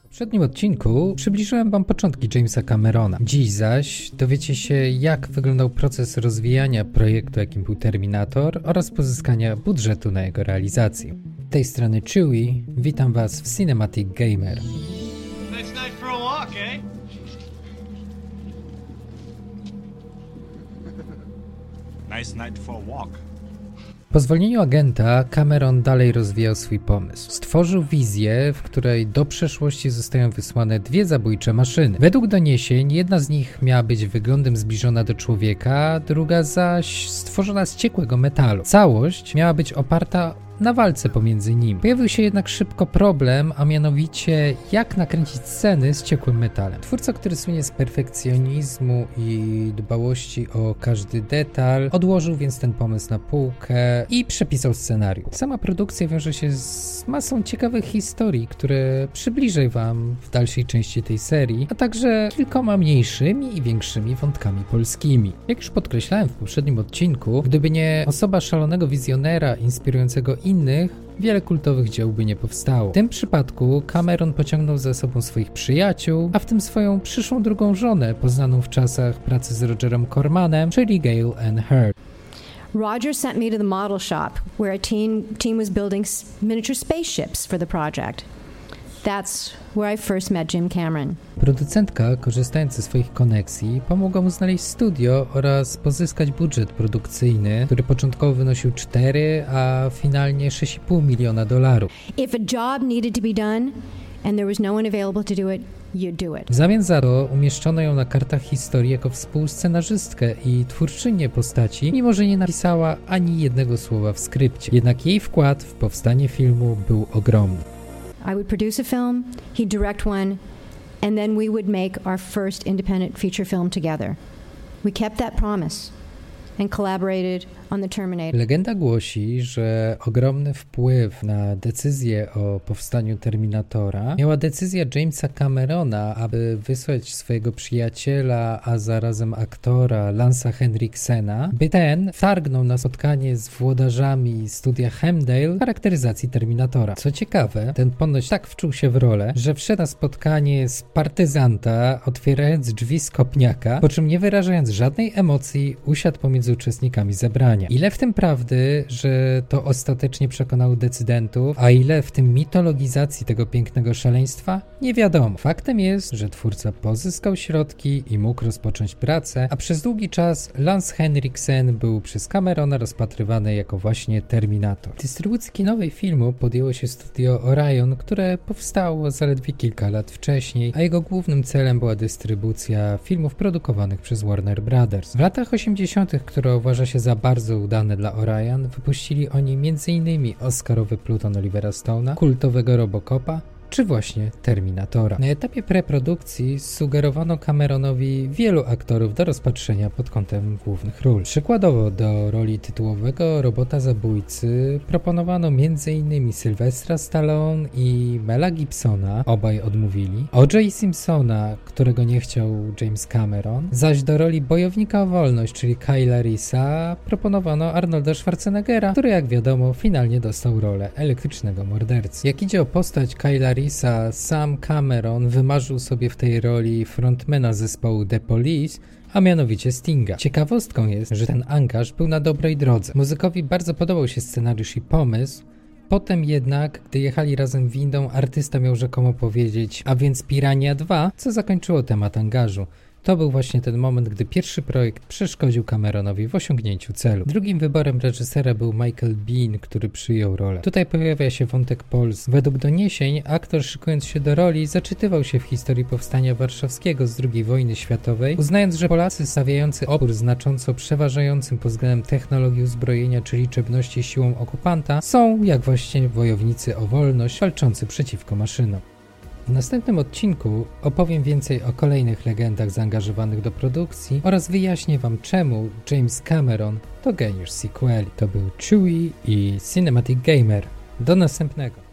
W poprzednim odcinku przybliżyłem wam początki Jamesa Camerona. Dziś zaś dowiecie się, jak wyglądał proces rozwijania projektu, jakim był Terminator, oraz pozyskania budżetu na jego realizację. Z tej strony Chewie, witam was w Cinematic Gamer. Nice night for a walk, eh? Nice night for a walk. Po zwolnieniu agenta Cameron dalej rozwijał swój pomysł. Stworzył wizję, w której do przeszłości zostają wysłane dwie zabójcze maszyny. Według doniesień jedna z nich miała być wyglądem zbliżona do człowieka, druga zaś stworzona z ciekłego metalu. Całość miała być oparta na walce pomiędzy nimi. Pojawił się jednak szybko problem, a mianowicie jak nakręcić sceny z ciekłym metalem. Twórca, który słynie z perfekcjonizmu i dbałości o każdy detal, odłożył więc ten pomysł na półkę i przepisał scenariusz. Sama produkcja wiąże się z masą ciekawych historii, które przybliżę wam w dalszej części tej serii, a także kilkoma mniejszymi i większymi wątkami polskimi. Jak już podkreślałem w poprzednim odcinku, gdyby nie osoba szalonego wizjonera inspirującego innych, wiele kultowych dzieł by nie powstało. W tym przypadku Cameron pociągnął za sobą swoich przyjaciół, a w tym swoją przyszłą drugą żonę, poznaną w czasach pracy z Rogerem Cormanem, czyli Gail Ann Hurd. Roger sent me to the model shop where a team was building miniature spaceships for the project. That's where I first met Jim Cameron. Producentka, korzystając ze swoich koneksji, pomogła mu znaleźć studio oraz pozyskać budżet produkcyjny, który początkowo wynosił 4, a finalnie $6,5 miliona. If a job needed to be done and there was no one available to do it, you do it. W zamian za to umieszczono ją na kartach historii jako współscenarzystkę i twórczynię postaci, mimo że nie napisała ani jednego słowa w skrypcie. Jednak jej wkład w powstanie filmu był ogromny. I would produce a film, he'd direct one, and then we would make our first independent feature film together. We kept that promise and collaborated on the Terminator. Legenda głosi, że ogromny wpływ na decyzję o powstaniu Terminatora miała decyzja Jamesa Camerona, aby wysłać swojego przyjaciela, a zarazem aktora Lance'a Henriksena, by ten wtargnął na spotkanie z włodarzami studia Hemdale charakteryzacji Terminatora. Co ciekawe, ten ponoć tak wczuł się w rolę, że wszedł na spotkanie z partyzanta, otwierając drzwi z kopniaka, po czym nie wyrażając żadnej emocji, usiadł pomiędzy uczestnikami zebrania. Ile w tym prawdy, że to ostatecznie przekonało decydentów, a ile w tym mitologizacji tego pięknego szaleństwa? Nie wiadomo. Faktem jest, że twórca pozyskał środki i mógł rozpocząć pracę, a przez długi czas Lance Henriksen był przez Camerona rozpatrywany jako właśnie Terminator. Dystrybucji kinowej filmu podjęło się studio Orion, które powstało zaledwie kilka lat wcześniej, a jego głównym celem była dystrybucja filmów produkowanych przez Warner Brothers. W latach 80., które uważa się za bardzo udane dla Orion, wypuścili oni m.in. Oscarowy Pluton Olivera Stone'a, kultowego Robocopa, czy właśnie Terminatora. Na etapie preprodukcji sugerowano Cameronowi wielu aktorów do rozpatrzenia pod kątem głównych ról. Przykładowo do roli tytułowego robota zabójcy proponowano m.in. Sylwestra Stallone i Mela Gibsona, obaj odmówili, O.J. Simpsona, którego nie chciał James Cameron, zaś do roli bojownika o wolność, czyli Kyla Reese'a, proponowano Arnolda Schwarzeneggera, który jak wiadomo finalnie dostał rolę elektrycznego mordercy. Jak idzie o postać Kyla Reese'a, sam Cameron wymarzył sobie w tej roli frontmana zespołu The Police, a mianowicie Stinga. Ciekawostką jest, że ten angaż był na dobrej drodze. Muzykowi bardzo podobał się scenariusz i pomysł, potem jednak, gdy jechali razem windą, artysta miał rzekomo powiedzieć, a więc Piranha 2, co zakończyło temat angażu. To był właśnie ten moment, gdy pierwszy projekt przeszkodził Cameronowi w osiągnięciu celu. Drugim wyborem reżysera był Michael Biehn, który przyjął rolę. Tutaj pojawia się wątek polski. Według doniesień aktor, szykując się do roli, zaczytywał się w historii powstania warszawskiego z II wojny światowej, uznając, że Polacy stawiający opór znacząco przeważającym pod względem technologii uzbrojenia czy liczebności siłą okupanta są, jak właśnie wojownicy o wolność, walczący przeciwko maszynom. W następnym odcinku opowiem więcej o kolejnych legendach zaangażowanych do produkcji oraz wyjaśnię wam, czemu James Cameron to geniusz sequeli. To był Chewie i Cinematic Gamer. Do następnego.